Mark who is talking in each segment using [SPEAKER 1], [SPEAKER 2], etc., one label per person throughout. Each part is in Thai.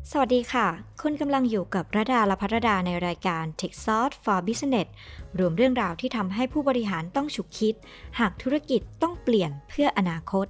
[SPEAKER 1] สวัสดีค่ะ คุณกำลังอยู่กับระดา และภัทรดาในรายการ Tech Sauce for Business รวมเรื่องราวที่ทำให้ผู้บริหารต้องฉุกคิดหากธุรกิจต้องเปลี่ยนเพื่ออนาคต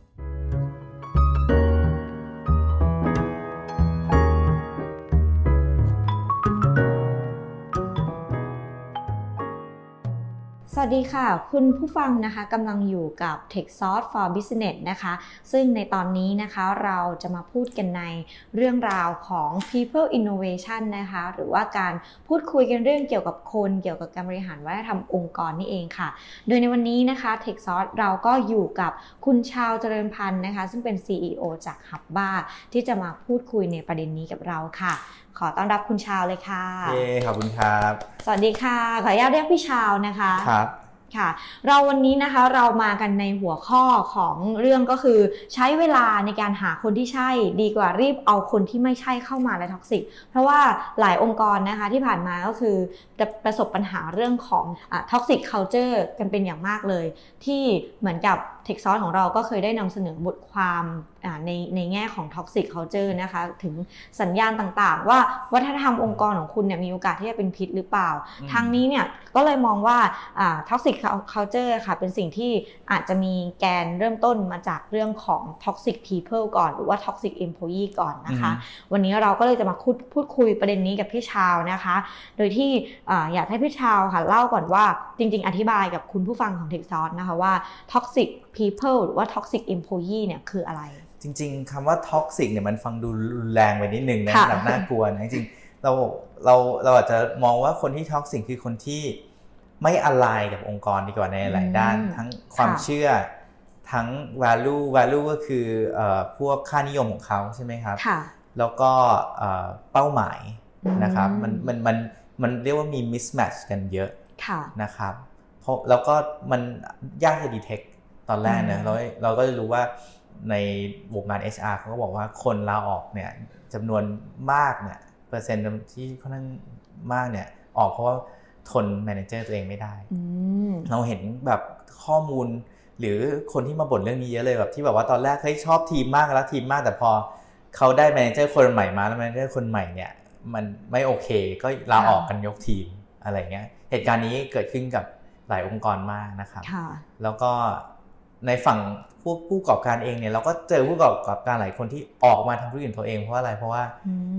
[SPEAKER 1] สวัสดีค่ะคุณผู้ฟังนะคะกำลังอยู่กับ Tech Sauce for Business นะคะซึ่งในตอนนี้นะคะเราจะมาพูดกันในเรื่องราวของ People Innovation นะคะหรือว่าการพูดคุยกันเรื่องเกี่ยวกับคนเกี่ยวกับการบริหารวัฒนธรรมองค์กรนี่เองค่ะโดยในวันนี้นะคะ Tech Sauce เราก็อยู่กับคุณชาวเจริญพันธ์นะคะซึ่งเป็น CEO จาก Hubba ที่จะมาพูดคุยในประเด็นนี้กับเราค่ะขอต้อนรับคุณชาวเลยค่ะ
[SPEAKER 2] ขอบคุณครับ
[SPEAKER 1] สวัสดีค่ะขออนุญาตเรียกพี่ชาวนะคะ
[SPEAKER 2] ครับ
[SPEAKER 1] ค่ะเราวันนี้นะคะเรามากันในหัวข้อของเรื่องก็คือใช้เวลาในการหาคนที่ใช่ดีกว่ารีบเอาคนที่ไม่ใช่เข้ามาและท็อกซิกเพราะว่าหลายองค์กรนะคะที่ผ่านมาก็คือประสบปัญหาเรื่องของท็อกซิกคัลเจอร์กันเป็นอย่างมากเลยที่เหมือนกับ Tech Sauce ของเราก็เคยได้นำเสนอบทความในแง่ของ Toxic Culture นะคะถึงสัญญาณต่างๆว่าวัฒนธรรมองค์กรของคุณเนี่ยมีโอกาสที่จะเป็นพิษหรือเปล่าทางนี้เนี่ยก็เลยมองว่าToxic Culture ค่ะเป็นสิ่งที่อาจจะมีแกนเริ่มต้นมาจากเรื่องของ Toxic People ก่อนหรือว่า Toxic Employee ก่อนนะคะวันนี้เราก็เลยจะมาพูดคุยประเด็นนี้กับพี่ชาวนะคะโดยที่อยากให้พี่ชาวค่ะเล่าก่อนว่าจริงๆอธิบายกับคุณผู้ฟังของ Tech Sauce นะคะว่า Toxic People หรือว่า Toxic Employee เนี่ยคืออะไร
[SPEAKER 2] จริงๆคำว่าท็อกซิกเนี่ยมันฟังดูรุนแรงไปนิดนึงนะแบบน่ากลัวนะจริงๆเราอาจจะมองว่าคนที่ท็อกซิกคือคนที่ไม่อไลน์กับองค์กรดีกว่าในหลายด้านทั้งความเชื่อทั้ง value ก็คือพวกค่านิยมของเขาใช่ไหมครับแล้วก็เป้าหมายนะครับมันเรียกว่ามี mismatch กันเยอะนะครับเพราะแล้วก็มันยากจะ detect ตอนแรกนะเราก็จะรู้ว่าในวงการ HR เขาก็บอกว่าคนลาออกเนี่ยจำนวนมากเนี่ยเปอร์เซ็นต์ที่ค่อนข้างมากเนี่ยออกเพราะว่าทนแมเนเจอร์ตัวเองไม่ได้เราเห็นแบบข้อมูลหรือคนที่มาบ่นเรื่องนี้เยอะเลยแบบที่แบบว่าตอนแรกชอบทีมมากรักทีมมากแต่พอเขาได้แมเนเจอร์คนใหม่มาแล้วแมเนเจอร์คนใหม่เนี่ยมันไม่โอเคก็ลาออกกันยกทีมอะไรเงี้ยเหตุการณ์นี้เกิดขึ้นกับหลายองค์กรมากนะครับแล้วก็ในฝั่งผู้ประกอบการเองเนี่ยเราก็เจอผู้ประกอบการหลายคนที่ออกมาทำธุรกิจตัวเองเพราะอะไรเพราะว่า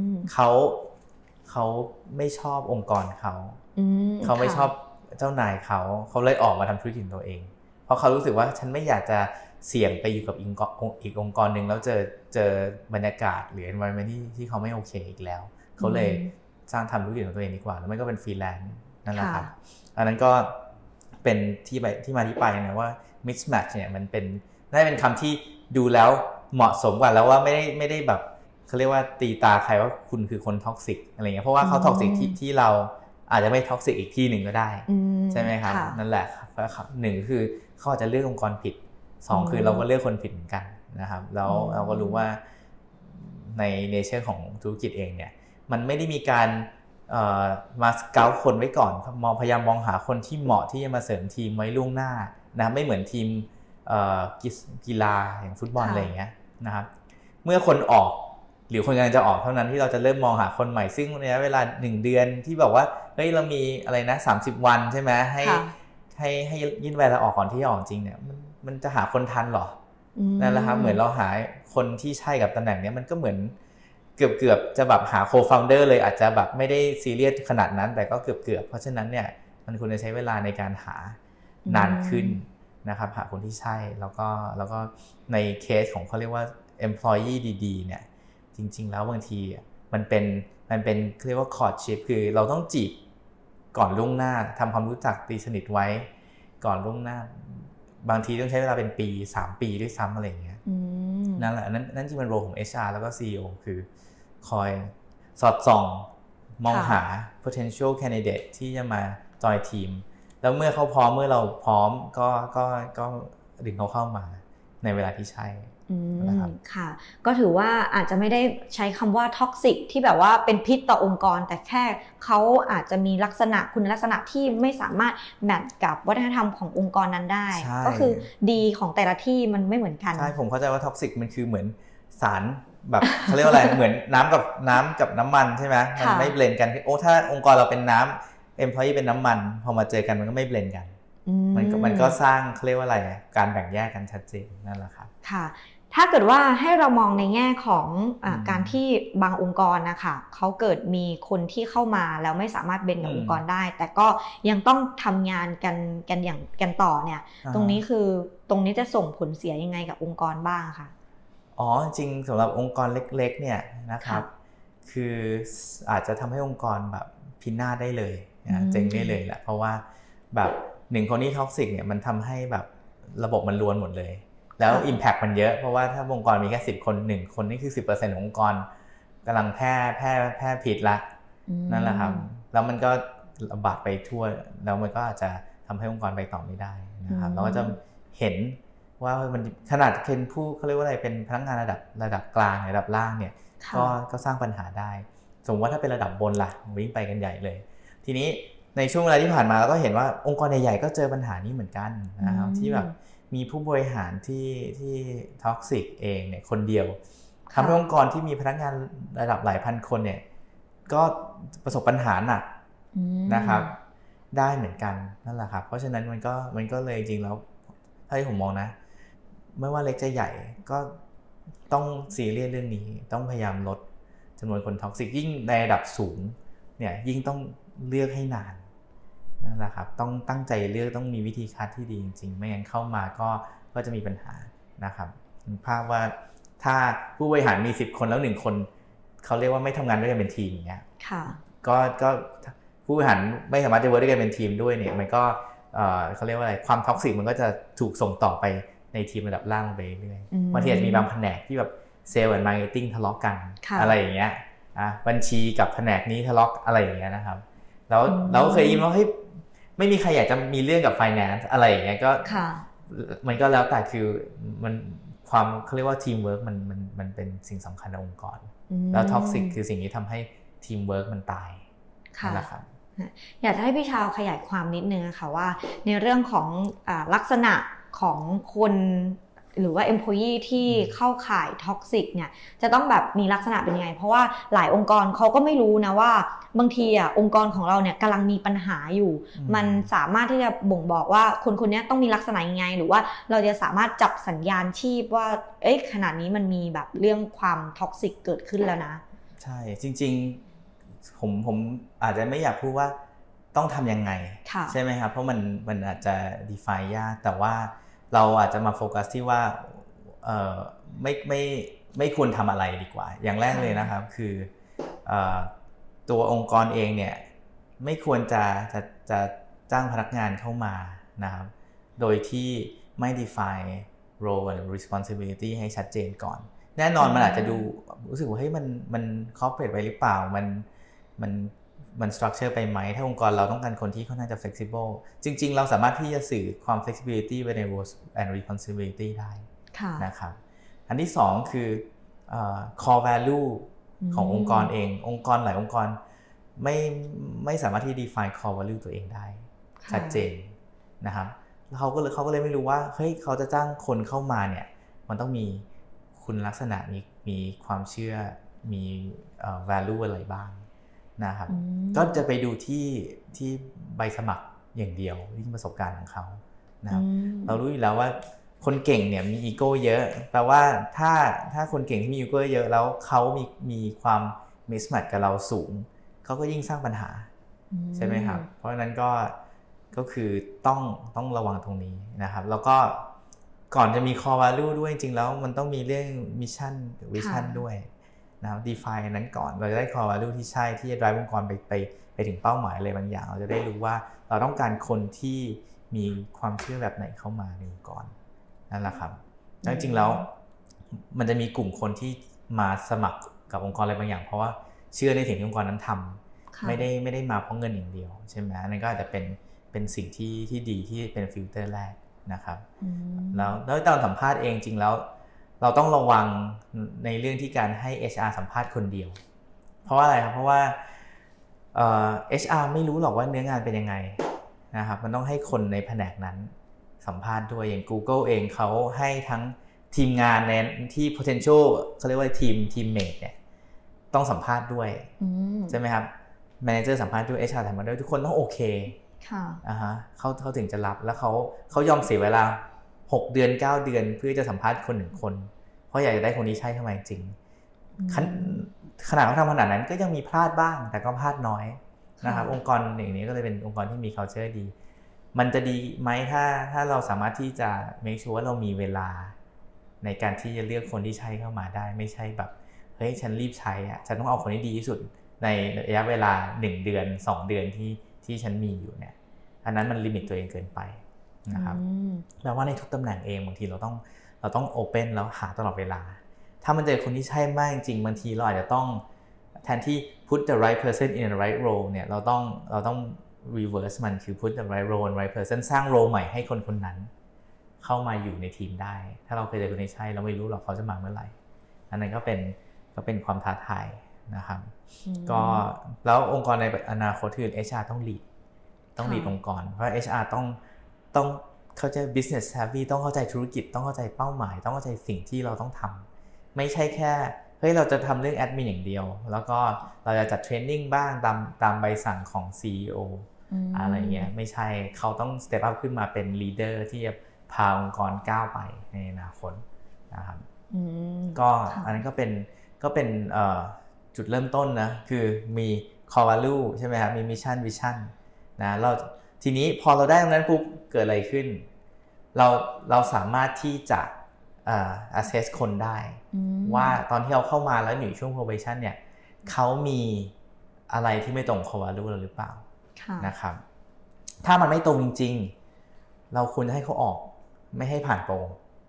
[SPEAKER 2] เขาไม่ชอบองค์กรเขาไม่ชอบเจ้านายเขาเลยออกมาทำธุรกิจตัวเองเพราะเขารู้สึกว่าฉันไม่อยากจะเสี่ยงไปอยู่กับอีกองค์กรหนึ่งแล้วเจอบรรยากาศหรือ environment ที่เขาไม่โอเคอีกแล้วเขาเลยสร้างทำธุรกิจของตัวเองดีกว่าแล้วมันก็เป็นฟรีแลนซ์นั่นแหละครับอันนั้นก็เป็นที่มาที่ไปนะว่า mismatch เนี่ยมันเป็นน่าจะเป็นคำที่ดูแล้วเหมาะสมกว่าแล้วว่าไม่ได้แบบเขาเรียกว่าตีตาใครว่าคุณคือคนท็อกซิกอะไรเงี้ยเพราะว่าเขาท็อกซิกที่เราอาจจะไม่ท็อกซิกอีกที่หนึ่งก็ได้ใช่ไหมครับนั่นแหละครับหนึ่งคือเขาอาจจะเลือกองค์กรผิดสองคือเราก็เลือกคนผิดเหมือนกันนะครับแล้วเราก็รู้ว่าในเนเจอร์ของธุรกิจเองเนี่ยมันไม่ได้มีการมาสเกาต์คนไว้ก่อนพยายามมองหาคนที่เหมาะที่จะมาเสริมทีมไว้ล่วงหน้านะไม่เหมือนทีมกีฬาอย่างฟุตบอลอะไรอย่างเงี้ยนะครับเมื่อคนออกหรือคนกำลังจะออกเท่านั้นที่เราจะเริ่มมองหาคนใหม่ซึ่งในเวลา1เดือนที่บอกว่าเฮ้ยเรามีอะไรนะ30วันใช่ไหมให้ยื่นใบลาออกก่อนที่จะออกจริงเนี่ยมันจะหาคนทันหรอนั่นแหละครับเหมือนเราหาคนที่ใช่กับตำแหน่งนี้มันก็เหมือนเกือบจะแบบหาโคฟาวเดอร์เลยอาจจะแบบไม่ได้ซีเรียสขนาดนั้นแต่ก็เกือบเพราะฉะนั้นเนี่ยมันควรจะใช้เวลาในการหานานขึ้นนะครับหาคนที่ใช่แล้วก็ในเคสของเขาเรียกว่า employee ดีๆเนี่ยจริงๆแล้วบางทีมันเป็นเรียกว่า courtship คือเราต้องจีบก่อนล่วงหน้าทำความรู้จักตีสนิทไว้ก่อนล่วงหน้าบางทีต้องใช้เวลาเป็นปี3ปีด้วยซ้ำอะไรอย่างเงี้ยนั่นแหละนั่นที่เป็นโรของ HR แล้วก็ CEO คือคอยสอดส่องมองหา potential candidate ที่จะมาจอยทีมแล้วเมื่อเขาพร้อมเมื่อเราพร้อมก็ดึงเขาเข้ามาในเวลาที่ใช่นะครับ
[SPEAKER 1] ค่ะก็ถือว่าอาจจะไม่ได้ใช้คำว่าท็อกซิกที่แบบว่าเป็นพิษต่อองค์กรแต่แค่เขาอาจจะมีลักษณะคุณลักษณะที่ไม่สามารถแมทกับวัฒนธรรมขององค์กรนั้นได้ก็คือดีของแต่ละที่มันไม่เหมือนกัน
[SPEAKER 2] ใช่ผมเข้าใจว่าท็อกซิกมันคือเหมือนสารแบบเขาเรียกว่าอะไรเหมือนน้ำกับน้ำมันใช่ไหมมันไม่เบลนด์กันโอ้ถ้าองค์กรเราเป็นน้ำ employee เป็นน้ำมันพอมาเจอกันมันก็ไม่เบลนด์กันมันก็สร้างเขาเรียกว่าอะไรการแบ่งแยกกันชัดเจนนั่นแหละครับ
[SPEAKER 1] ค่ะถ้าเกิดว่าให้เรามองในแง่ของการที่บางองค์กรนะคะเขาเกิดมีคนที่เข้ามาแล้วไม่สามารถเบนกับองค์กรได้แต่ก็ยังต้องทำงานกันอย่างกันต่อเนี่ยตรงนี้จะส่งผลเสียยังไงกับองค์กรบ้างคะ
[SPEAKER 2] จริงสำหรับองค์กรเล็กๆเนี่ยนะครับคืออาจจะทำให้องค์กรแบบพินาศได้เลยนะเจ๊งได้เลยแหละเพราะว่าแบบหนึ่งคนที่ท็อกซิกเนี่ยมันทำให้แบบระบบมันล้วนหมดเลยแล้ว impact มันเยอะเพราะว่าถ้าองค์กรมีแค่10 คน1 คนนี่คือ 10% ขององค์กรกำลังแพร่ผิดละนั่นแหละครับแล้วมันก็ระบาดไปทั่วแล้วมันก็อาจจะทำให้องค์กรไปต่อไม่ได้นะครับเราก็จะเห็นว่ามันขนาดเป็นผู้เขาเรียกว่าอะไรเป็นพนักงานระดับกลางระดับล่างเนี่ยก็สร้างปัญหาได้สมมติว่าถ้าเป็นระดับบนล่ะวิ่งไปกันใหญ่เลยทีนี้ในช่วงเวลาที่ผ่านมาเราก็เห็นว่าองค์กรใหญ่ๆก็เจอปัญหานี้เหมือนกันนะครับที่แบบมีผู้บริหารที่ท็อกซิกเองเนี่ยคนเดียวทำให้องค์กรที่มีพนักงานระดับหลายพันคนเนี่ยก็ประสบปัญหาหนักนะครับได้เหมือนกันนั่นแหละครับเพราะฉะนั้นมันก็เลยจริงแล้วถ้าที่ผมมองนะไม่ว่าเล็กจะใหญ่ก็ต้องซีเรียสเรื่องนี้ต้องพยายามลดจำนวนคนท็อกซิกยิ่งในระดับสูงเนี่ยยิ่งต้องเลือกให้นานนั่นแหละครับต้องตั้งใจเลือกต้องมีวิธีคัดที่ดีจริงๆไม่งั้นเข้ามาก็จะมีปัญหานะครับภาพว่าถ้าผู้บริหารมี10 คนแล้ว1 คนเขาเรียกว่าไม่ทำงานด้วยกันเป็นทีมอย่างเงี้ยก็ผู้บริหารไม่สามารถจะเวิร์คด้วยกันเป็นทีมด้วยเนี่ยมันก็เขาเรียกว่าอะไรความท็อกซิกมันก็จะถูกส่งต่อไปในทีมระดับล่างไปเรื่อยๆบางทีอาจจะมีบางแผนกที่แบบเซลล์และมาร์เก็ตติ้งทะเลาะกันอะไรอย่างเงี้ยบัญชีกับแผนกนี้ทะเลาะอะไรอย่างเงี้ยนะครับแล้วเราเคยยินว่าเฮ้ยไม่มีใครอยากจะมีเรื่องกับ finance อะไรอย่างเงี้ยก็มันก็แล้วแต่คือมันความเขาเรียกว่าทีมเวิร์กมันเป็นสิ่งสำคัญในองค์กรแล้วท็อกซิกคือสิ่งที่ทำให้ทีมเวิร์กมันตายนะครับ
[SPEAKER 1] อยากจะให้พี่ชาวขยายความนิดนึงค่ะว่าในเรื่องของลักษณะของคนหรือว่า employee ที่เข้าข่ายท็อกซิกเนี่ยจะต้องแบบมีลักษณะเป็นยังไงเพราะว่าหลายองค์กรเขาก็ไม่รู้นะว่าบางทีองค์กรของเราเนี่ยกำลังมีปัญหาอยู่มันสามารถที่จะบ่งบอกว่าคนนี้ต้องมีลักษณะยังไงหรือว่าเราจะสามารถจับสัญญาณชีพว่าขนาดนี้มันมีแบบเรื่องความท็อกซิกเกิดขึ้นแล้วนะ
[SPEAKER 2] ใช่จริงๆผมอาจจะไม่อยากพูดว่าต้องทำยังไงใช่ไหมครับเพราะมันอาจจะ define ยากแต่ว่าเราอาจจะมาโฟกัสที่ว่าไม่ควรทำอะไรดีกว่าอย่างแรกเลยนะครับคือตัวองค์กรเองเนี่ยไม่ควรจะจ้างพนักงานเข้ามานะครับโดยที่ไม่ define role and responsibility ให้ชัดเจนก่อนแน่นอนมันอาจจะดูรู้สึกว่าเฮ้ยมัน corporate ไปหรือเปล่ามัน structure ไปไหมถ้าองค์กรเราต้องการคนที่ค่อนข้างจะ flexible จริงๆเราสามารถที่จะสื่อความ flexibility ไปใน role and responsibility ได้นะครับอันที่สองคือ core value ขององค์กรเององค์กรหลายองค์กรไม่สามารถที่ define core value ตัวเองได้ชัดเจนนะครับเขาก็เลยไม่รู้ว่าเฮ้ยเขาจะจ้างคนเข้ามาเนี่ยมันต้องมีคุณลักษณะมีความเชื่อมี value อะไรบ้างนะครับก็จะไปดูที่ใบสมัครอย่างเดียวที่ประสบการณ์ของเขานะครับเรารู้อยู่แล้วว่าคนเก่งเนี่ยมีอีโก้เยอะแปลว่าถ้าคนเก่งที่มีอีโก้เยอะแล้วเขามีความมิสแมทกับเราสูงเขาก็ยิ่งสร้างปัญหาใช่ไหมครับเพราะฉะนั้นก็คือต้องระวังตรงนี้นะครับแล้วก็ก่อนจะมี core value ด้วยจริงๆแล้วมันต้องมีเรื่อง mission กับ vision ด้วยนะครับ define นั้นก่อนเราจะได้ core value ที่ใช่ที่จะ drive องค์กรไปถึงเป้าหมายอะไรบางอย่างเราจะได้รู้ว่าเราต้องการคนที่มีความเชื่อแบบไหนเข้ามาในองค์กรนั่นแหละครับแล้วจริงๆแล้วมันจะมีกลุ่มคนที่มาสมัครกับองค์กรอะไรบางอย่างเพราะว่าเชื่อในสิ่งที่องค์กรนั้นทำไม่ได้มาเพราะเงินอย่างเดียวใช่ไหมนั่นก็อาจจะเป็นสิ่งที่ดีที่เป็นฟิลเตอร์แรกนะครับแล้วตอนสัมภาษณ์เองจริงแล้วเราต้องระวังในเรื่องที่การให้ HR สัมภาษณ์คนเดียวเพราะว่าอะไรครับเพราะว่า HR ไม่รู้หรอกว่าเนื้องานเป็นยังไงนะครับมันต้องให้คนในแผนกนั้นสัมภาษณ์ด้วยอย่าง Google เองเขาให้ทั้งทีมงานในที่ potential เขาเรียกว่าteammate เนี่ยต้องสัมภาษณ์ด้วยใช่ไหมครับ manager สัมภาษณ์ด้วย HR ทำมาด้วยทุกคนต้องโอเค
[SPEAKER 1] ค่ะ
[SPEAKER 2] เขาถึงจะรับแล้วเขายอมเสียเวลา6 เดือน 9 เดือนเพื่อจะสัมภาษณ์คน1 คนเพราะอยากจะได้คนที่ใช่เข้ามาจริงขนาดเขาทำขนาดนั้นก็ยังมีพลาดบ้างแต่ก็พลาดน้อยนะครับองค์กรอย่างนี้ก็เลยเป็นองค์กรที่มี culture ดีมันจะดีไหมถ้าเราสามารถที่จะ make sure ว่าเรามีเวลาในการที่จะเลือกคนที่ใช่เข้ามาได้ไม่ใช่แบบเฮ้ยฉันรีบใช้ฉันต้องเอาคนที่ดีที่สุดในระยะเวลา1 เดือน 2 เดือนที่ฉันมีอยู่เนี่ยอันนั้นมันลิมิตตัวเองเกินไปนะครับแปลว่าในทุกตำแหน่งเองบางทีเราต้องโอเพ่นแล้วหาตลอดเวลาถ้ามันเจอคนที่ใช่มากจริงบางทีเราอาจจะต้องแทนที่ put the right person in the right role เนี่ยเราต้อง reverse มันคือ put the right role in the right person สร้างโรใหม่ให้คนนั้นเข้ามาอยู่ในทีมได้ถ้าเราเคยเจอคนที่ใช่เราไม่รู้หรอกเขาจะมาเมื่อไหร่อันนั้นก็เป็นความท้าทายนะครับก็แล้วองค์กรในอนาคตคือ HR ต้อง lead องค์กรเพราะ HR ต้องเข้าใจ business savvy ต้องเข้าใจธุรกิจต้องเข้าใจเป้าหมายต้องเข้าใจสิ่งที่เราต้องทำไม่ใช่แค่เฮ้ยเราจะทำเรื่องแอดมินอย่างเดียวแล้วก็เราจะจัดเทรนนิ่งบ้างตามใบสั่งของ CEO อะไรเงี้ยไม่ใช่เขาต้อง step up ขึ้นมาเป็น leader ที่จะพาองค์กรก้าวไปในอนาคตนะครับก็อันนั้นก็เป็นจุดเริ่มต้นนะคือมี core value ใช่ไหมครับมี mission vision นะทีนี้พอเราได้ตรงนั้นปุ๊บเกิดอะไรขึ้นเราสามารถที่จะassess คนได้ว่าตอนที่เราเข้ามาแล้วอยู่ช่วง probation เนี่ยเขามีอะไรที่ไม่ตรง core value เราหรือเปล่านะครับถ้ามันไม่ตรงจริงๆเราควรจะให้เขาออกไม่ให้ผ่านโปร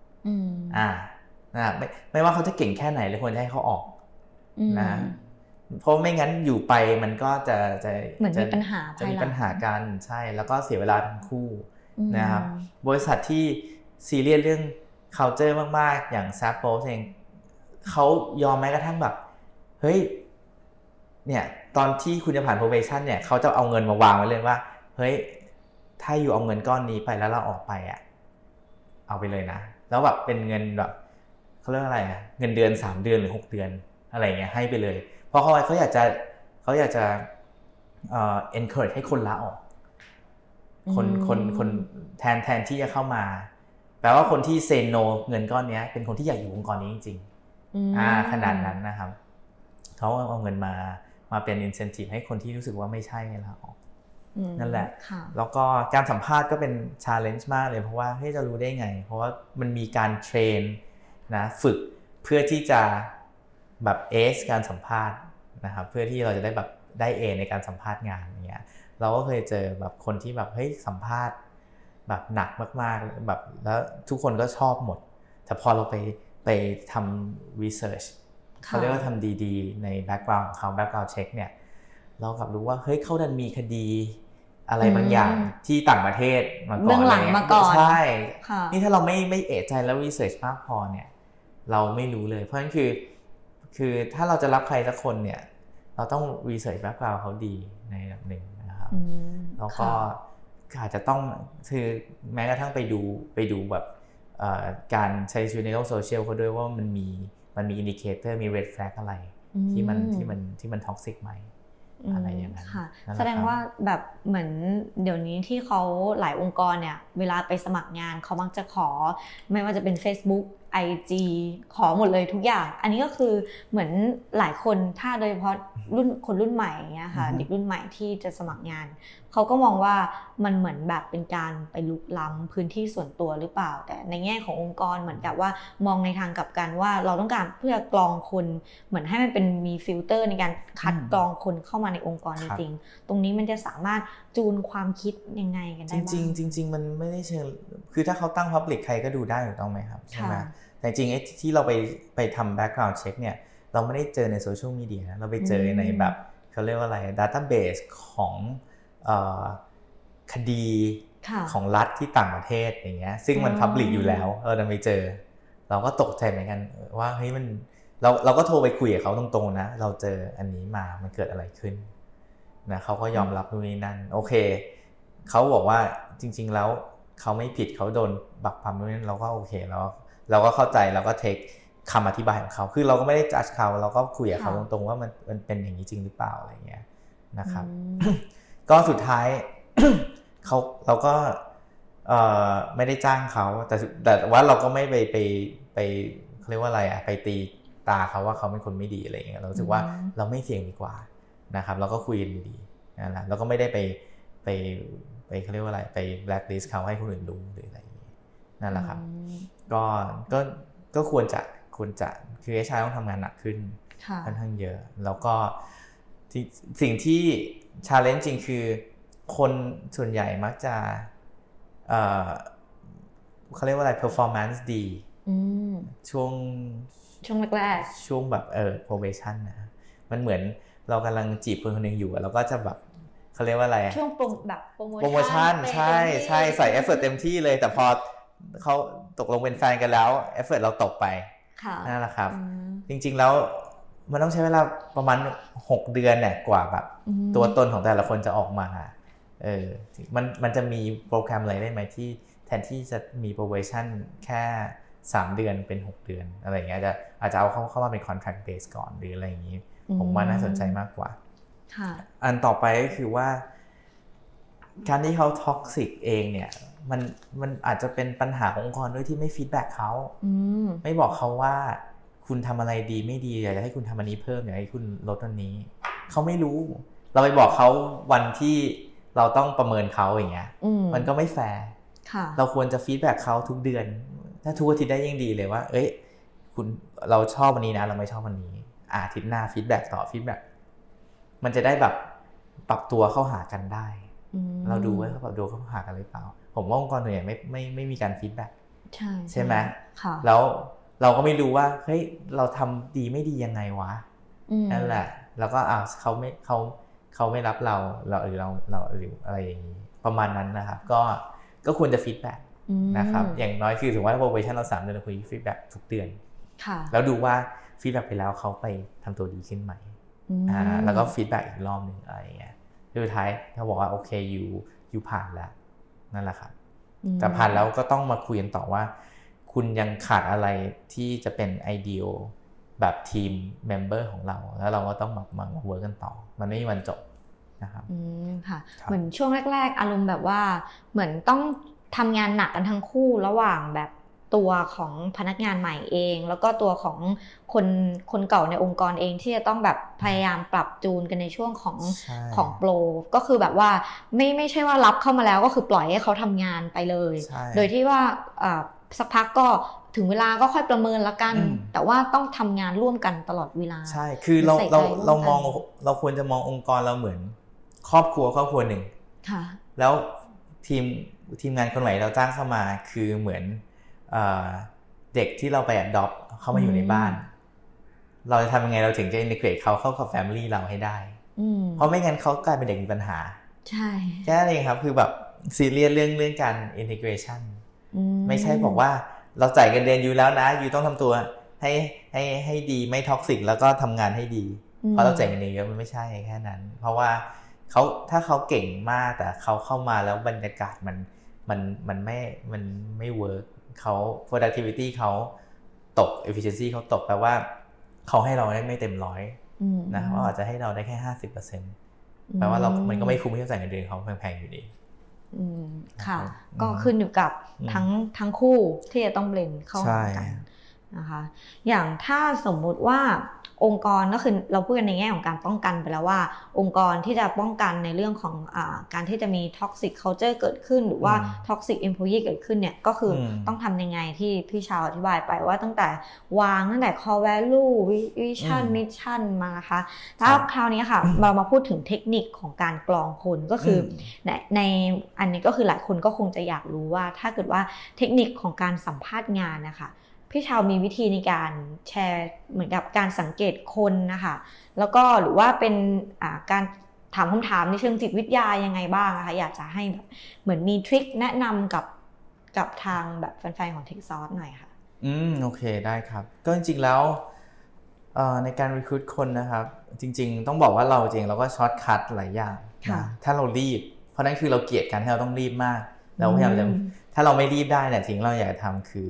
[SPEAKER 2] ไม่ว่าเขาจะเก่งแค่ไหนเราควรจะให้เขาออกนะเพราะไม่งั้นอยู่ไปมันก็จะ
[SPEAKER 1] เหมือนมีปัญหา
[SPEAKER 2] กันใช่แล้วก็เสียเวลาทั้งคู่นะครับบริษัทที่ซีเรียสเรื่อง culture มากๆอย่าง Zappos เองเขายอมแม้กระทั่งแบบเฮ้ยเนี่ยตอนที่คุณจะผ่าน probation เนี่ยเขาจะเอาเงินมาวางไว้เลยว่าเฮ้ยถ้าอยู่เอาเงินก้อนนี้ไปแล้วเราออกไปเอาไปเลยนะแล้วแบบเป็นเงินแบบเขาเรียกอะไรเงินเดือน3 เดือนหรือ6 เดือนอะไรเงี้ยให้ไปเลยเพราะเขาอยากจะencourage ให้คนลาออกคนแทนที่จะเข้ามาแปลว่าคนที่ say no เงินก้อนนี้เป็นคนที่อยากอยู่องค์กรนี้จริงๆขนาดนั้นนะครับเขาเอาเงินมาเป็น incentive ให้คนที่รู้สึกว่าไม่ใช่ลาออกนั่นแหละแล้วก็การสัมภาษณ์ก็เป็น challenge มากเลยเพราะว่าเฮ้ยจะรู้ได้ไงเพราะว่ามันมีการเทรนนะฝึกเพื่อที่จะแบบเอสการสัมภาษณ์นะครับเพื่อที่เราจะได้แบบได้ A ในการสัมภาษณ์งานอย่างเงี้ยเราก็เคยเจอแบบคนที่แบบเฮ้ยสัมภาษณ์แบบหนักมากๆแบบแล้วทุกคนก็ชอบหมดแต่พอเราไปทำ research เขาเรียกว่าทำดีๆใน background ของเขา background check เนี่ยเรากลับรู้ว่าเฮ้ยเขาดันมีคดีอะไรบางอย่างที่ต่างประเทศมาก่อน
[SPEAKER 1] เบื้องหลังมาก่อน
[SPEAKER 2] ใช่นี่ถ้าเราไม่เอะใจแล้ว research มากพอเนี่ยเราไม่รู้เลยเพราะฉะนั้นคือถ้าเราจะรับใครสักคนเนี่ยเราต้อง research background เขาดีในระดับหนึ่งนะครับแล้วก็อาจจะต้องคือแม้กระทั่งไปดูแบบการใช้ชีวิตในโลกโซเชียลเขาด้วยว่ามันมีอินดิเคเตอร์มี red flag อะไรที่มันท็อกซิกไหมอะไรอย่างนั้น
[SPEAKER 1] แสดงว่าแบบเหมือนเดี๋ยวนี้ที่เขาหลายองค์กรเนี่ยเวลาไปสมัครงานเขามักจะขอไม่ว่าจะเป็น Facebook IG ขอหมดเลยทุกอย่างอันนี้ก็คือเหมือนหลายคนถ้าโดยเฉพาะคนรุ่นใหม่เงี้ยค่ะเด็กรุ่นใหม่ที่จะสมัครงานเขาก็มองว่ามันเหมือนแบบเป็นการไปลุกล้ำพื้นที่ส่วนตัวหรือเปล่าแต่ในแง่ขององค์กรเหมือนกับว่ามองในทางกลับกันว่าเราต้องการเพื่อกรองคนเหมือนให้มันเป็นมีฟิลเตอร์ในการคัดกรองคนเข้ามาในองค์กรจริงๆตรงนี้มันจะสามารถจูนความคิดยังไงกันได้บ้าง
[SPEAKER 2] จริงมันไม่ได้เชิงคือถ้าเขาตั้ง public ใครก็ดูได้ถูกต้องไหมครับใช่ไหมแต่จริงไอ้ที่เราไปทำ background check เนี่ยเราไม่ได้เจอในโซเชียลมีเดียนะเราไปเจอในแบบเขาเรียกว่าอะไร database ของคดีของรัฐที่ต่างประเทศอย่างเงี้ยซึ่งมัน public อยู่แล้วเราดันไปเจอเราก็ตกใจเหมือนกันว่าเฮ้ยมันเราก็โทรไปคุยกับเขาตรงๆนะเราเจออันนี้มามันเกิดอะไรขึ้นนะเขาก็ยอมรับนู่นนี่นั่นโอเคเขาบอกว่าจริงๆแล้วเขาไม่ผิดเขาโดนบักปั๊มนู่นนี่เราก็โอเคเราก็เข้าใจเราก็เทคคำอธิบายของเขาคือเราก็ไม่ได้จัดเขาเราก็คุยกับเขาตรงๆว่ามันเป็นอย่างนี้จริงหรือเปล่าอะไรเงี้ยนะครับ ก็สุดท้าย เราก็ไม่ได้จ้างเขาแต่ว่าเราก็ไม่ไปเขาเรียกว่าอะไรอะไปตีตาเขาว่าเขาเป็นคนไม่ดีอะไรเงี้ยเรารู้สึกว่าเราไม่เสี่ยงดีกว่านะครับเราก็คุยกันดีๆนั่นแหละเราก็ไม่ได้ไปเขาเรียกว่าอะไรไป blacklist เขาให้คนอื่นรู้หรืออะไรอย่างนี้นั่นแหละครับก็ควรจะคือHRต้องทำงานหนักขึ้นค่อนข้างเยอะแล้วก็สิ่งที่ challenge จริงคือคนส่วนใหญ่มักจะเขาเรียกว่าอะไร performance ดีช่วง
[SPEAKER 1] แรก
[SPEAKER 2] ช่วงแบบ probation นะมันเหมือนเรากำลังจีบคนคนนึงอยู่เราก็จะแบบเขาเรียกว่าอะไร
[SPEAKER 1] ช่วงแบบโปรโม
[SPEAKER 2] ชั่นใช่ใส่ effort เต็มที่เลยแต่พอเขาตกลงเป็นแฟนกันแล้ว effort เราตกไปนั่นแหละครับจริงๆแล้วมันต้องใช้เวลาประมาณ6 เดือนเนี่ยกว่าแบบตัวตนของแต่ละคนจะออกมามันจะมีโปรแกรมอะไรได้ไหมที่แทนที่จะมี probation แค่3 เดือนเป็น6 เดือนอะไรอย่างเงี้ยอาจจะเอาเข้ามาเป็น contract base ก่อนหรืออะไรอย่างงี้ผมว่าน่าสนใจมากกว่าอันต่อไปก็คือว่าการที่เขา toxic เองเนี่ยมันอาจจะเป็นปัญหาขององค์กรด้วยที่ไม่ feedback เขาไม่บอกเขาว่าคุณทำอะไรดีไม่ดีอยากจะให้คุณทำอันนี้เพิ่มอยากให้คุณลดอันนี้เขาไม่รู้เราไปบอกเขาวันที่เราต้องประเมินเขาอย่างเงี้ยมันก็ไม่แฟร์เราควรจะฟีดแบ็กเขาทุกเดือนถ้าทุกอาทิตย์ได้ยิ่งดีเลยว่าคุณเราชอบวันนี้นะเราไม่ชอบวันนี้อาทิตย์หน้าฟีดแบ็กต่อฟีดแบ็กมันจะได้แบบปรับตัวเข้าหากันได้เราดูไว้เขาปรับตัวเข้าหากันหรือเปล่าผมว่าองค์กรเนี่ยไม่มีการฟีดแบ็กใช่ไหมแล้วเราก็ไม่รู้ว่าเฮ้ยเราทำดีไม่ดียังไงวะนั่นแหละแล้วก็เขาไม่รับเราหรืออะไรอย่างนี้ประมาณนั้นนะครับก็ควรจะฟีดแบ็กนะครับอย่างน้อยคือถือว่า probation เรา3 เดือนเราคุยฟีดแบ็กทุกเดือนแล้วดูว่าฟีดแบ็กไปแล้วเขาไปทำตัวดีขึ้นไหมแล้วก็ฟีดแบ็กอีกรอบนึงอะไรอย่างเงี้ยสุดท้ายเขาบอกว่าโอเคอยู่ผ่านแล้วนั่นแหละครับแต่ผ่านแล้วก็ต้องมาคุยกันต่อว่าคุณยังขาดอะไรที่จะเป็นไอเดียแบบทีมเมมเบอร์ของเราแล้วเราก็ต้องมาเวิร์กกันต่อมันไม่มีวันจบนะครับ
[SPEAKER 1] ค่ะเหมือนช่วงแรกๆอารมณ์แบบว่าเหมือนต้องทำงานหนักกันทั้งคู่ระหว่างแบบตัวของพนักงานใหม่เองแล้วก็ตัวของคนเก่าในองค์กรเองที่จะต้องแบบพยายามปรับจูนกันในช่วงของโปรก็คือแบบว่าไม่ใช่ว่ารับเข้ามาแล้วก็คือปล่อยให้เขาทำงานไปเลยโดยที่ว่าสักพักก็ถึงเวลาก็ค่อยประเมินละกันแต่ว่าต้องทำงานร่วมกันตลอดเวลา
[SPEAKER 2] ใช่คือเรามองเราควรจะมององค์กรเราเหมือนครอบครัวหนึ่งแล้วทีมงานคนใหม่เราจ้างเข้ามาคือเหมือนเด็กที่เราไป adopt เข้ามาอยู่ในบ้านเราจะทำยังไงเราถึงจะ integrate เขาเข้ากับ family เราให้ได้เพราะไม่งั้นเขากลายเป็นเด็กมีปัญหา
[SPEAKER 1] ใช่
[SPEAKER 2] แค่นั้นเองครับคือแบบซีเรียสเรื่องการ integration ไม่ใช่บอกว่าเราจ่ายเงินเดือนอยู่แล้วนะอยู่ต้องทำตัวให้ดีไม่ท็อกซิกแล้วก็ทำงานให้ดีเพราะเราจ่ายเงินเดือนเยอะมันไม่ใช่แค่นั้นเพราะว่าถ้าเขาเก่งมากแต่เขาเข้ามาแล้วบรรยากาศมันไม่เวิร์กเขา productivity เขาตก efficiency เขาตกแปลว่าเขาให้เราได้ไม่เต็ม100นะเขาอาจจะให้เราได้แค่ 50% แปลว่ามันก็ไม่คุ้มที่จะจ่ายเงินเดือนเขาแพงๆอยู่ดี
[SPEAKER 1] ค่ะก็ขึ้นอยู่กับทั้งคู่ที่จะต้องเบลนด์เข้าหากันนะคะอย่างถ้าสมมุติว่าองค์กรก็คือเราพูดกันในแง่ของการป้องกันไปแล้วว่าองค์กรที่จะป้องกันในเรื่องของการที่จะมี toxic culture เกิดขึ้นหรือว่า toxic employee เกิดขึ้นเนี่ยก็คือต้องทำยังไงที่พี่ชาวอธิบายไปว่าตั้งแต่core value vision mission มานะคะถ้าคราวนี้ค่ะเรามาพูดถึงเทคนิคของการกรองคนก็คือในอันนี้ก็คือหลายคนก็คงจะอยากรู้ว่าถ้าเกิดว่าเทคนิคของการสัมภาษณ์งานนะคะพี่ชาวมีวิธีในการแชร์เหมือนกับการสังเกตคนนะคะแล้วก็หรือว่าเป็นการถามคำถามในเชิงจิตวิทยายังไงบ้างนะคะอยากจะให้แบบเหมือนมีทริคแนะนำกับทางแบบแฟนๆของ TechSauce หน่อยค่ะ
[SPEAKER 2] โอเคได้ครับก็จริงๆแล้วในการ recruit คนนะครับจริงๆต้องบอกว่าเราจริงเราก็ช็อตคัทหลายอย่างนะถ้าเรารีบเพราะนั่นคือเราเกลียดการที่เราต้องรีบมากเราพยายามจะถ้าเราไม่รีบได้เนี่ยสิ่งเราอยากทำคือ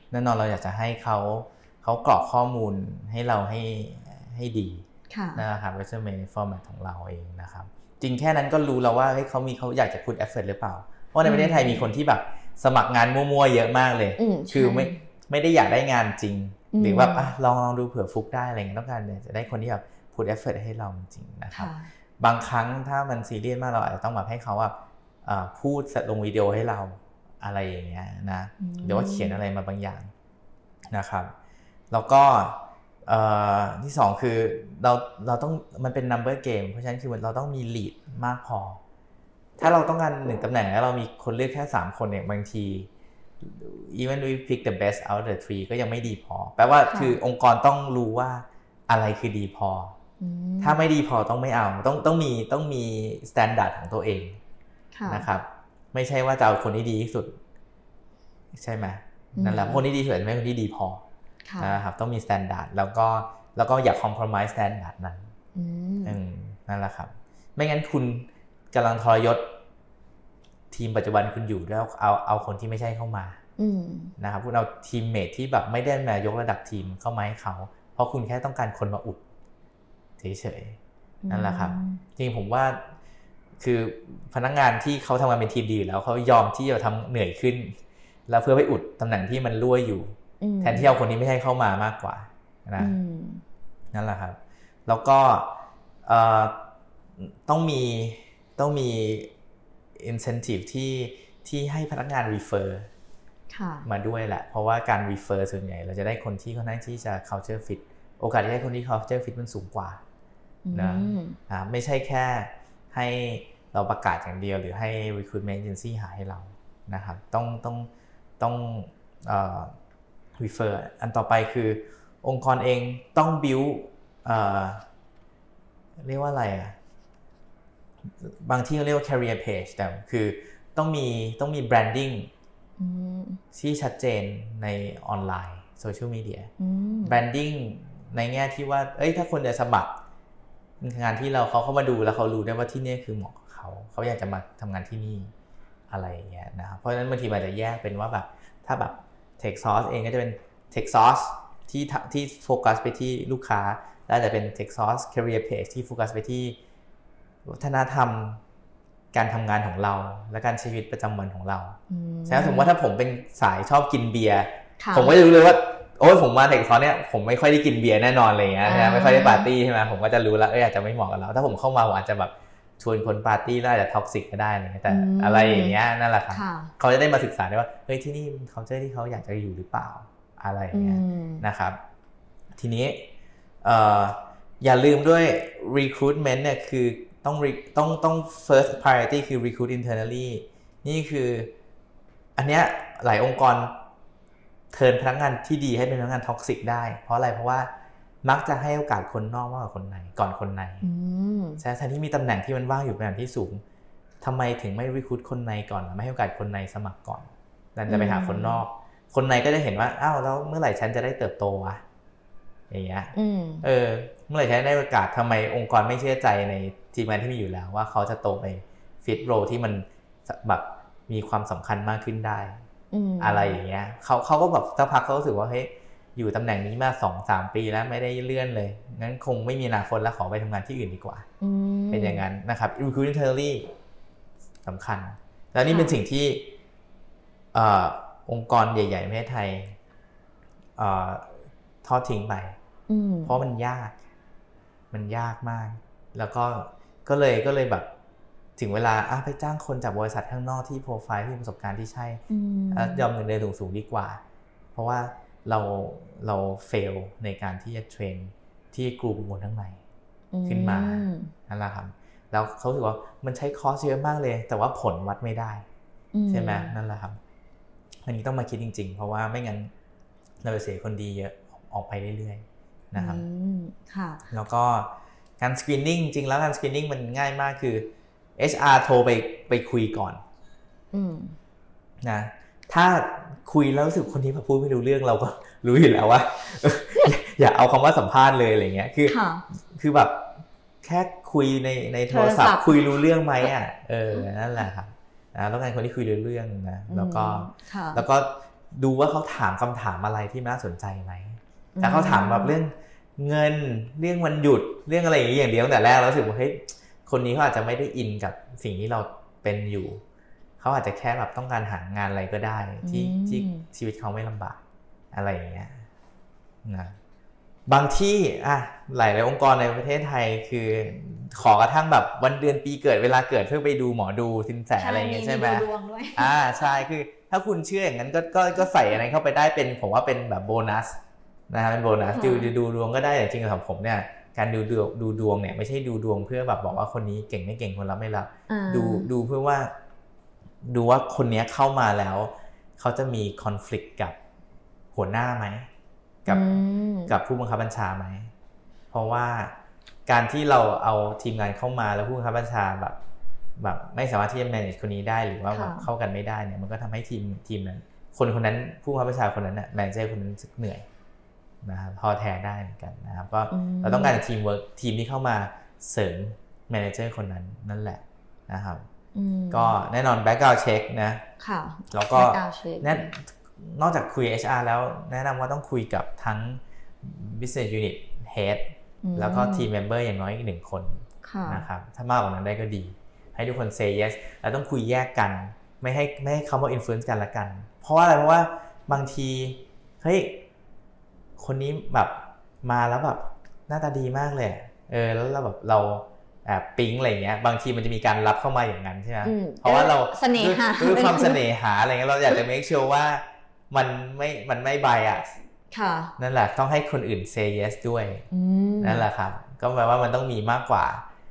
[SPEAKER 2] แน่นอนเราอยากจะให้เขากรอกข้อมูลให้เราให้ดีนะครับ resume ใน format ของเราเองนะครับจริงแค่นั้นก็รู้แล้วว่าเขาอยากจะ put effort หรือเปล่าเพราะในประเทศไทยมีคนที่แบบสมัครงานมั่วๆเยอะมากเลยคือไม่ได้อยากได้งานจริงหรือแบบลองดูเผื่อฟุกได้อะไรเงี้ยต้องการจะได้คนที่แบบ put effort ให้เราจริงนะครับบางครั้งถ้ามันซีเรียสมากเราอาจจะต้องแบบให้เขาแบบพูดลงวิดีโอให้เราอะไรอย่างเงี้ยนะหรือว่าเขียนอะไรมาบางอย่างนะครับแล้วก็ที่สองคือเราต้องมันเป็น number game เพราะฉะนั้นคือเราต้องมี lead มากพอถ้าเราต้องการ1ตำแหน่งแล้วเรามีคนเลือกแค่3คนเนี่ยบางที even we pick the best out of the 3ก็ยังไม่ดีพอแปลว่าคือองค์กรต้องรู้ว่าอะไรคือดีพอถ้าไม่ดีพอต้องไม่เอาต้องมี standard ของตัวเองนะครับไม่ใช่ว่าจะเอาคนที่ดีที่สุดใช่ไหมนั่นแหละคนที่ดีที่สุดไม่ใช่คนที่ดีพอนะครับต้องมี standard แล้วก็อย่า compromise standard นั้นนั่นแหละครับไม่งั้นคุณกำลังทรยศทีมปัจจุบันคุณอยู่แล้วเอาคนที่ไม่ใช่เข้ามานะครับคุณเอาทีมเมทที่แบบไม่ได้มายกระดับทีมเข้ามาให้เขาเพราะคุณแค่ต้องการคนมาอุดเฉยๆนั่นแหละครับจริงผมว่าคือพนักงานที่เขาทำงานเป็นทีมดีแล้วเขายอมที่จะทำเหนื่อยขึ้นแล้วเพื่อไปอุดตำแหน่งที่มันรั่วอยู่แทนที่เอาคนที่ไม่ให้เข้ามามากกว่านะนั่นแหละครับแล้วก็ต้องมี incentive ที่ให้พนักงาน refer มาด้วยแหละเพราะว่าการ refer ส่วนใหญ่เราจะได้คนที่ค่อนข้างที่จะ culture fit โอกาสที่ได้คนที่ culture fit มันสูงกว่านะไม่ใช่แค่ให้เราประกาศอย่างเดียวหรือให้ recruitment agency หาให้เรานะครับต้องrefer อันต่อไปคือองค์กรเองต้อง build เรียกว่าอะไรบางที่เรียกว่า career page แต่คือต้องมี branding ที่ชัดเจนในออนไลน์โซเชียลมีเดีย branding ในแง่ที่ว่าถ้าคนจะสมัครงานที่เขาเข้ามาดูแล้วเขารู้ได้ว่าที่นี่คือเหมาะกับเขาอยากจะมาทำงานที่นี่อะไรอย่างเงี้ยนะครับเพราะฉะนั้นบางทีมันจะแยกเป็นว่าแบบถ้าแบบ Tech Source เองก็จะเป็น Tech Source ที่โฟกัสไปที่ลูกค้าแล้วจะเป็น Tech Source Career Page ที่โฟกัสไปที่วัฒนธรรมการทำงานของเราและการใช้ชีวิตประจำวันของเราใช่ไหมสมมติว่าถ้าผมเป็นสายชอบกินเบียร์ผมก็จะรู้เลยว่าโอ้ยผมมาTech Sourceเนี่ยผมไม่ค่อยได้กินเบียร์แน่นอนอะไรเงี้ยไม่ค่อยได้ปาร์ตี้ใช่ไหมผมก็จะรู้แล้วอาจจะไม่เหมาะกับเราถ้าผมเข้ามาผมอาจจะแบบชวนคนปาร์ตี้แล้วอาจจะท็อกซิกก็ได้อะไรแต่อะไรอย่างเงี้ยนั่นแหละครับเขาจะได้มาศึกษาได้ว่าเฮ้ยที่นี่เขาเจอที่เขาอยากจะอยู่หรือเปล่าอะไรอย่างเงี้ยนะครับทีนี้อย่าลืมด้วย recruitment เนี่ยคือต้อง first priority คือ recruit internally นี่คืออันเนี้ยหลายองค์กรเทิร์นพนักงานที่ดีให้เป็นพนักงานท็อกซิกได้เพราะอะไรเพราะว่ามักจะให้โอกาสคนนอกมากกว่าคนในก่อนคนในใช่แทนที่มีตำแหน่งที่มันว่างอยู่ตำแหน่งที่สูงทำไมถึงไม่ recruit คนในก่อนไม่ให้โอกาสคนในสมัครก่อนนั่นจะไปหาคนนอกคนในก็จะเห็นว่าอ้าวแล้วเมื่อไหร่ฉันจะได้เติบโตวะอย่างเงี้ยเมื่อไหร่ฉันได้โอกาสทำไมองค์กรไม่เชื่อใจในทีมงานที่มีอยู่แล้วว่าเขาจะโตไปฟิตโรที่มันแบบมีความสำคัญมากขึ้นได้อะไรอย่างเงี้ยเขาก็แบบสักพักเขารู้สึกว่าเฮ้ยอยู่ตำแหน่งนี้มา 2-3 ปีแล้วไม่ได้เลื่อนเลยงั้นคงไม่มีอนาคตแล้วขอไปทำงานที่อื่นดีกว่าเป็นอย่างนั้นนะครับ recruit internally สำคัญแล้วนี่เป็นสิ่งที่องค์กรใหญ่ๆในประเทศไทยทอดทิ้งไปเพราะมันยากมากแล้วก็เลยแบบถึงเวลาไปจ้างคนจากบริษัทข้างนอกที่โปรไฟล์ที่มีประสบการณ์ที่ใช่ยอมเงินเดือนสูงดีกว่าเพราะว่าเราเฟลในการที่จะเทรนที่กลุ่มคนทั้งในขึ้นมานั่นแหละครับแล้วเขาถือว่ามันใช้คอสเยอะมากเลยแต่ว่าผลวัดไม่ได้ใช่ไหมนั่นแหละครับอันนี้ต้องมาคิดจริงๆเพราะว่าไม่งั้นเราจะเสียคนดีเยอะออกไปเรื่อยๆนะครับแล้วก็การสกรีนนิ่งจริงแล้วการสกรีนนิ่งมันง่ายมากคือ HR โทรไปคุยก่อนนะถ้าคุยแล้วรู้สึกคนที่พูดไม่รู้เรื่องเราก็รู้อยู่แล้วว่า อย่าเอาคำว่าสัมภาษณ์เลยอะไรเงี้ยคือแบบแค่คุยในโทรศัพท์คุยรู้เรื่องไหมนั่นแหละครับต้องการคนที่คุยรู้เรื่องนะแล้วก็ดูว่าเขาถามคำถามอะไรที่น่าสนใจไหมถ้าเขาถามแบบเรื่องเงินเรื่องวันหยุดเรื่องอะไรอย่างเดียวตั้งแต่แรกแล้วรู้สึกว่าเฮ้ยคนนี้เขาอาจจะไม่ได้อินกับสิ่งที่เราเป็นอยู่เขาอาจจะแค่แบบต้องการหางานอะไรก็ได้ที่ชีวิตเขาไม่ลำบากอะไรอย่างเงี้ยนะบางที่หลายองค์กรในประเทศไทยคือขอกระทั่งแบบวันเดือนปีเกิดเวลาเกิดเพื่อไปดูหมอดูสินแสอะไรอย่างเงี้ยใช่ไหมใช่คือถ้าคุณเชื่ออย่างนั้นก็ใส่อะไรเข้าไปได้เป็นผมว่าเป็นแบบโบนัสนะครับเป็นโบนัสดูดวงก็ได้แต่จริงๆสำหรับผมเนี่ยการดูดวงเนี่ยไม่ใช่ดูดวงเพื่อแบบบอกว่าคนนี้เก่งไม่เก่งคนรับไม่รับดูเพื่อว่าดูว่าคนนี้เข้ามาแล้วเขาจะมีคอนฟลิกต์กับหัวหน้าไหมกับผู้บังคับบัญชาไหมเพราะว่าการที่เราเอาทีมงานเข้ามาแล้วผู้บังคับบัญชาแบบไม่สามารถที่จะ manage คนนี้ได้หรือว่าแบบเข้ากันไม่ได้เนี่ยมันก็ทำให้ทีมนั้นคนนั้นผู้บังคับบัญชาคนนั้นน่ะ manager คนนั้นเหนื่อยนะครับท้อแท้ได้เหมือนกันนะครับก็เราต้องการทีมเวิร์คทีมที่เข้ามาเสริม manager คนนั้นนั่นแหละนะครับก็แน่นอน background check นะแล้วก็นอกจากคุย HR แล้วแนะนำว่าต้องคุยกับทั้ง business unit head แล้วก็ team member อย่างน้อยอีก1 คนนะครับถ้ามากกว่านั้นได้ก็ดีให้ทุกคน say yes แล้วต้องคุยแยกกันไม่ให้คำว่า influence กันละกันเพราะว่าอะไรเพราะว่าบางทีเฮ้ยคนนี้แบบมาแล้วแบบหน้าตาดีมากเลยแล้วเราแบบเราแอบปิ๊งอะไรเงี้ยบางทีมันจะมีการรับเข้ามาอย่างนั้นใช่ไหมเพราะว่าเราด้วยความเสน่หาอะไรเงี้ยเราอยากจะ make sure ว่ามันไม่ bias นั่นแหละต้องให้คนอื่น say yes ด้วยนั่นแหละครับก็แปลว่ามันต้องมีมากกว่า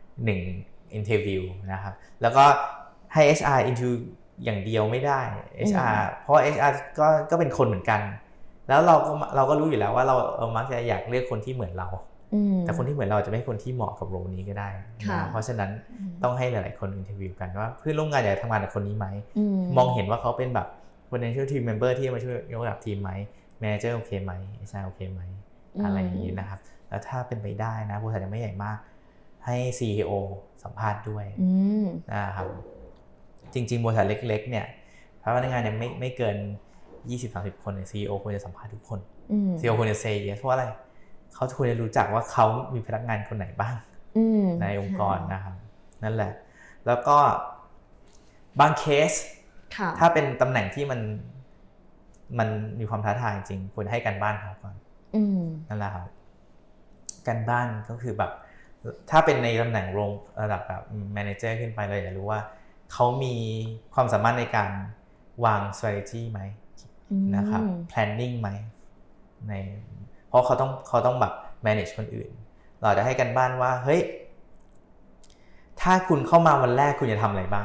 [SPEAKER 2] 1 interview นะครับแล้วก็ให้ HR interview อย่างเดียวไม่ได้ HR เพราะ HR ก็เป็นคนเหมือนกันแล้วเราก็รู้อยู่แล้วว่าเรามักจะอยากเลือกคนที่เหมือนเราแต่คนที่เหมือนเราจะไม่ใช่คนที่เหมาะกับโรนี้ก็ได้นะเพราะฉะนั้นต้องให้หลายๆคนอินเทอร์วิวกันว่าเพื่อนร่วมงานอยากทำงานกับคนนี้ไหมมองเห็นว่าเขาเป็นแบบ potential team member ที่มาช่วยยกระดับทีมไหม manager โอเคไหม HR โอเคไหมอะไรอย่างนี้นะครับแล้วถ้าเป็นไปได้นะบริษัทยังไม่ใหญ่มากให้ CEO สัมภาษณ์ด้วยนะครับจริงๆบริษัทเล็กๆเนี่ยพนักงานเนี่ยไม่เกิน 20-30 คนเนี่ย CEO ควรจะสัมภาษณ์ทุกคน CEO ควรจะ say yes เพราะอะไรเขาควรจะรู้จักว่าเขามีพนักงานคนไหนบ้างในองค์กรนะครับนั่นแหละแล้วก็บางเคสถ้าเป็นตำแหน่งที่มันมีความท้าทายจริงควรให้การบ้านเขาก่อนนั่นแหละครับการบ้านก็คือแบบถ้าเป็นในตำแหน่งระดับแบบแมเนเจอร์ขึ้นไปเลยอยากรู้ว่าเขามีความสามารถในการวาง strategy ไหมนะครับ planning ไหมเพราะเขาต้องแบบ manage คนอื่นเราจะให้กันบ้านว่าเฮ้ยถ้าคุณเข้ามาวันแรกคุณจะทำอะไรบ้าง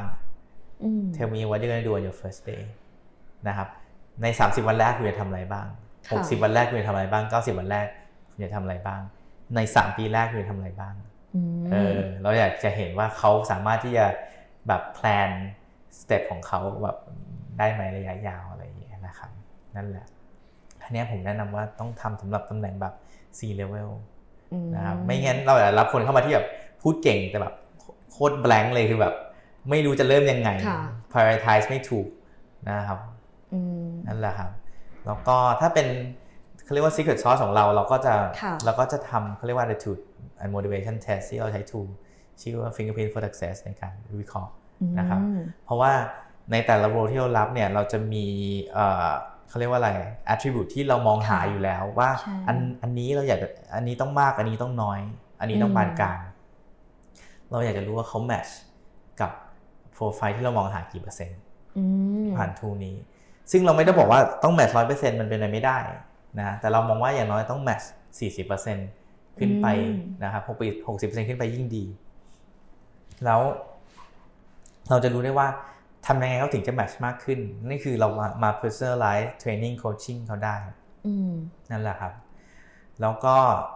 [SPEAKER 2] Tell me what you're gonna do on your first day นะครับใน30วันแรกคุณจะทำอะไรบ้าง60วันแรกคุณจะทำอะไรบ้าง90วันแรกคุณจะทำอะไรบ้างใน3ปีแรกคุณจะทำอะไรบ้างเราอยากจะเห็นว่าเขาสามารถที่จะแบบแพลนสเต็ปของเขาแบบได้ไหมระยะยาวอะไรอย่างเงี้ยนะครับนั่นแหละอันนี้ผมแนะนำว่าต้องทำสำหรับตำแหน่งแบบ C level นะครับไม่งั้นเราจะรับคนเข้ามาที่แบบพูดเก่งแต่แบบโคตร blank เลยคือแบบไม่รู้จะเริ่มยังไง prioritize ไม่ถูกนะครับนั่นแหละครับแล้วก็ถ้าเป็นเขาเรียกว่า secret sauce ของเราก็จะทำเขาเรียกว่า attitude and motivation test ที่เราใช้ tool ชื่อว่า fingerprint for success ในการวิเคราะห์นะครับเพราะว่าในแต่ละ role ที่เรารับเนี่ยเราจะมีเขาเรียกว่าอะไร attribute ที่เรามองหาอยู่แล้วว่าอันนี้เราอยากอันนี้ต้องมากอันนี้ต้องน้อยอันนี้ต้องปานกลางเราอยากจะรู้ว่าเขา match กับโปรไฟล์ที่เรามองหากี่เปอร์เซ็นต์ผ่าน tool นี้ซึ่งเราไม่ได้บอกว่าต้อง match 100% มันเป็นไปไม่ได้นะแต่เรามองว่าอย่างน้อยต้อง match 40% ขึ้นไปนะครับ60% ขึ้นไปยิ่งดีแล้วเราจะรู้ได้ว่าทำยังไงเขาถึงจะ match มากขึ้นนี่คือเรามา personalize training coaching เขาได้นั่นแหละครับแล้วก็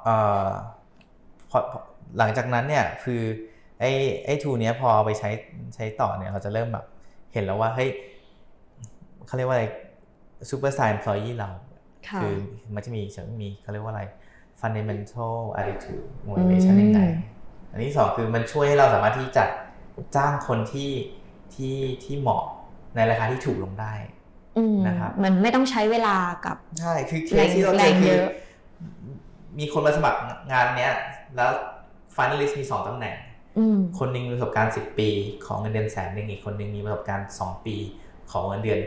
[SPEAKER 2] หลังจากนั้นเนี่ยคือไอ้ tool เนี้ยพอไปใช้ต่อเนี่ยเราจะเริ่มแบบเห็นแล้วว่าเฮ้ยเขาเรียกว่าอะไร superstar employee เราคือมันจะมีเขาเรียกว่าอะไร fundamental attitude motivation ยังไงอันที่2คือมันช่วยให้เราสามารถที่จะจ้างคนที่เหมาะในราคาที่ถูกลงได้นะครับ
[SPEAKER 1] มันไม่ต้องใช้เวลากับ
[SPEAKER 2] ใช่คือเคสที่เราเจอคือมีคนมาสมัครงานเนี้ยแล้ว finalist มี2 ตำแหน่งคนนึงมีประสบการณ์10 ปีของเงินเดือน100,000อีกคนนึงมีประสบการณ์2 ปีของเงินเดือน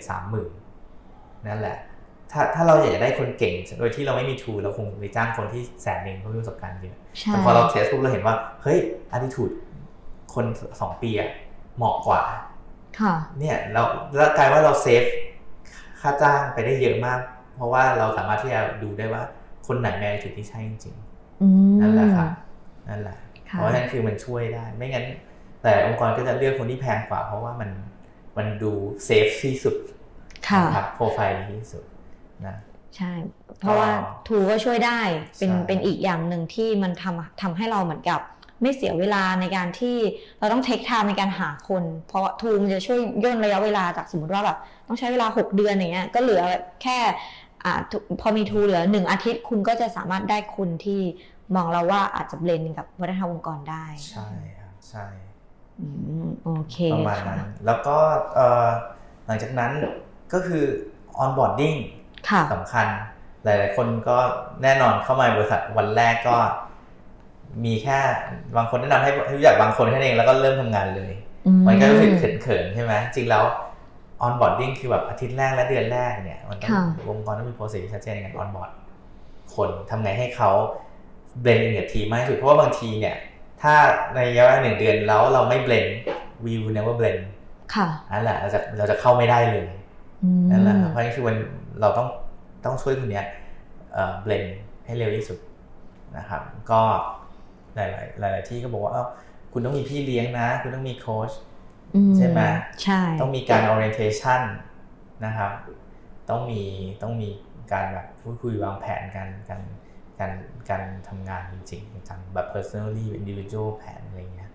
[SPEAKER 2] 30,000นั่นแหละถ้าเราอยากจะได้คนเก่งโดยที่เราไม่มีทูเราคงไปจ้างคนที่100,000เพราะมีประสบการณ์เยอะแต่พอเราเทสปุ๊บเราเห็นว่าเฮ้ย attitude คน2 ปีอะเหมาะกว่าเนี่ยแล้วกลายว่าเราเซฟค่าจ้างไปได้เยอะมากเพราะว่าเราสามารถที่จะดูได้ว่าคนไหนแมนถึงที่ใช่จริงๆนั่นแหละครับนั่นแหละเพราะฉะนั้นคือมันช่วยได้ไม่งั้นแต่องค์กรก็จะเลือกคนที่แพงกว่าเพราะว่ามันดูเซฟที่สุดครับโปรไฟล์ที่สุดนะ
[SPEAKER 1] ใช่เพราะว่าทูก็ช่วยได้เป็นอีกอย่างหนึ่งที่มันทำให้เราเหมือนกับไม่เสียเวลาในการที่เราต้องเทคไทม์ในการหาคนเพราะทูมันจะช่วยย่นระยะเวลาจากสมมติว่าแบบต้องใช้เวลา6 เดือนอย่างเงี้ยก็เหลือแค่พอมีทูเหลือ1 อาทิตย์คุณก็จะสามารถได้คนที่มองเราว่าอาจจะเบลนด์กับวัฒนธรรมองค์กรได้
[SPEAKER 2] ใช่ครับใช่
[SPEAKER 1] โอเค
[SPEAKER 2] ประมาณนั้นแล้วก็หลังจากนั้นก็คือ onboarding สำคัญหลายๆคนก็แน่นอนเข้ามาบริษัทวันแรกก็มีแค่บางคนแนะนำให้รู้จักบางคนแค่นั้นเองแล้วก็เริ่มทำงานเลยมันก็รู้สึกเขินๆใช่ไหมจริงแล้ว onboarding คือแบบอาทิตย์แรกและเดือนแรกเนี่ยมันต้ององค์กรต้องมี process ที่ชัดเจนในการ onboard คนทำไงให้เขาเบลนด์กับทีมมากที่สุดเพราะว่าบางทีเนี่ยถ้าในระยะเวลา1 เดือนแล้วเราไม่เบลนด์ we will never blend นั่นแหละเราจะเข้าไม่ได้เลยนั่นแหละเพราะนี่คือเราต้องช่วยคนเนี้ยเบลนด์ให้เร็วที่สุดนะครับก็หลายที่ก็บอกว่าคุณต้องมีพี่เลี้ยงนะคุณต้องมีโค้ชใช่ไหม
[SPEAKER 1] ใช่
[SPEAKER 2] ต้องมีการ orientation นะครับต้องมีการแบบพูดคุยวางแผนการทำงานจริงๆจังแบบ personally individual แผนอะไรเงี้ย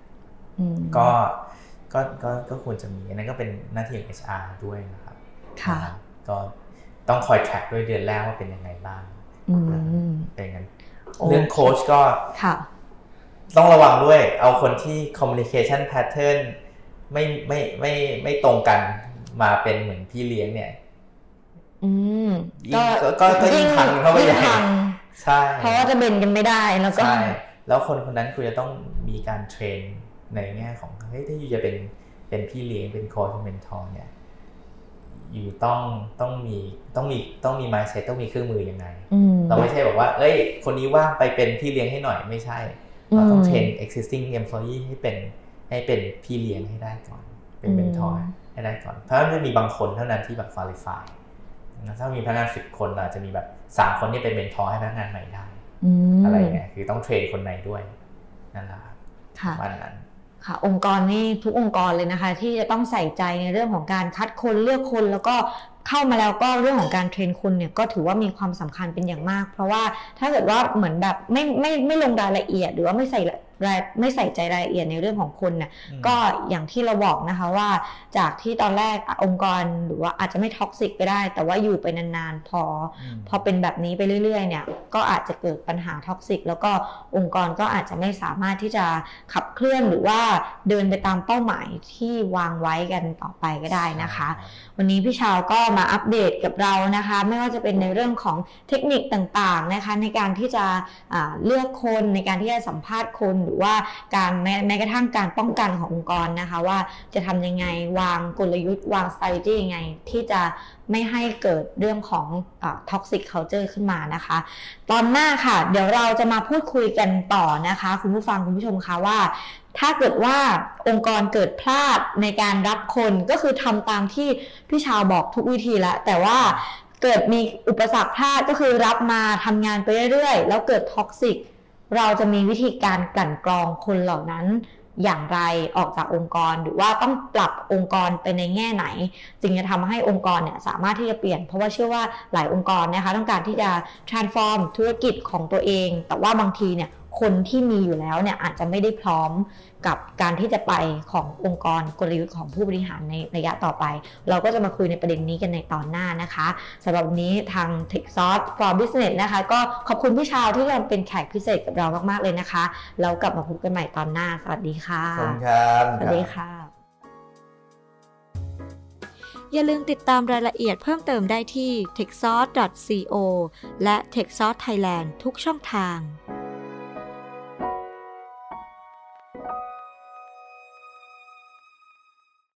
[SPEAKER 2] ก็ควรจะมีอันนั้นก็เป็นหน้าที่ของ HR ด้วยนะครับ
[SPEAKER 1] ค่ะ
[SPEAKER 2] ก็ต้องคอย track ด้วยเดือนแรกว่าเป็นยังไงบ้างเป็นงั้นเรื่องโค้ชก็ต้องระวังด้วยเอาคนที่ communication pattern ไม่ตรงกันมาเป็นเหมือนพี่เลี้ยงเนี่ยก็ยิ่งพังเข้าไปใหญ่ใช่
[SPEAKER 1] เพราะว่าจะเบนกันไม่ได้แล้วก็
[SPEAKER 2] ใช่แล้วคนนั้นคุณจะต้องมีการเทรนในแง่ของเฮ้ยถ้าอยู่จะเป็นพี่เลี้ยงเป็นโค้ชเป็นเมนทอร์เนี่ยอยู่ต้องมี mindset ต้องมีเครื่องมือยังไงเราไม่ใช่บอกว่าเอ้ยคนนี้ว่างไปเป็นพี่เลี้ยงให้หน่อยไม่ใช่เราต้องเทรน existing employee ให้เป็นพี่เลี้ยงให้ได้ก่อนเป็นเมนทอร์ให้ได้ก่อนเพราะมันมีบางคนเท่านั้นที่แบบ qualify ถ้ามีพนักงาน10 คนอาจจะมีแบบ3 คนที่เป็นเมนทอร์ให้พนักงานใหม่ได้อะไรเงี้ยคือต้องเทรนคนในด้วยนั่นแหละ
[SPEAKER 1] ค่ะ
[SPEAKER 2] วันนั้น
[SPEAKER 1] ค่ะองค์กรนี่ทุกองค์กรเลยนะคะที่จะต้องใส่ใจในเรื่องของการคัดคนเลือกคนแล้วก็เข้ามาแล้วก็เรื่องของการเทรนคนเนี่ยก็ถือว่ามีความสำคัญเป็นอย่างมากเพราะว่าถ้าเกิดว่าเหมือนแบบไม่ลงรายละเอียดหรือว่าไม่ใส่ใจรายละเอียดในเรื่องของคนเนี่ยก็อย่างที่เราบอกนะคะว่าจากที่ตอนแรกองค์กรหรือว่าอาจจะไม่ท็อกซิกก็ได้แต่ว่าอยู่ไปนานๆพอเป็นแบบนี้ไปเรื่อยๆเนี่ยก็อาจจะเกิดปัญหาท็อกซิกแล้วก็องค์กรก็อาจจะไม่สามารถที่จะขับเคลื่อนหรือว่าเดินไปตามเป้าหมายที่วางไว้กันต่อไปก็ได้นะคะวันนี้พี่ชาวก็มาอัปเดตกับเรานะคะไม่ว่าจะเป็นในเรื่องของเทคนิคต่างๆนะคะในการที่จะเลือกคนในการที่จะสัมภาษณ์คนหรือว่าการแม้กระทั่งการป้องกันขององค์กรนะคะว่าจะทำยังไงวางกลยุทธ์วาง strategy ยังไงที่จะไม่ให้เกิดเรื่องของtoxic culture ขึ้นมานะคะตอนหน้าค่ะเดี๋ยวเราจะมาพูดคุยกันต่อนะคะคุณผู้ฟังคุณผู้ชมคะว่าถ้าเกิดว่าองค์กรเกิดพลาดในการรับคนก็คือทำตามที่พี่ชาวบอกทุกวิธีแล้วแต่ว่าเกิดมีอุปสรรคพลาดก็คือรับมาทำงานไปเรื่อยๆแล้วเกิดท็อกซิกเราจะมีวิธีการกลั่นกรองคนเหล่านั้นอย่างไรออกจากองค์กรหรือว่าต้องปรับองค์กรไปในแง่ไหนจึงจะทำให้องค์กรเนี่ยสามารถที่จะเปลี่ยนเพราะว่าเชื่อว่าหลายองค์กรนะคะต้องการที่จะ transform ธุรกิจของตัวเองแต่ว่าบางทีเนี่ยคนที่มีอยู่แล้วเนี่ยอาจจะไม่ได้พร้อมกับการที่จะไปขององค์กรกลยุทธ์ของผู้บริหารในระยะต่อไปเราก็จะมาคุยในประเด็นนี้กันในตอนหน้านะคะสำหรับวันนี้ทาง TechSauce for Business นะคะก็ขอบคุณพี่ชาวที่มาเป็นแขกพิเศษกับเรามากๆเลยนะคะแล้วกลับมาพบกันใหม่ตอนหน้าสวัสดีค่ะ
[SPEAKER 2] ขอบคุณครับ
[SPEAKER 1] สวัสดีค่ะอย่าลืมติดตามรายละเอียดเพิ่มเติมได้ที่ techsource.co และ techsource Thailand ทุกช่องทาง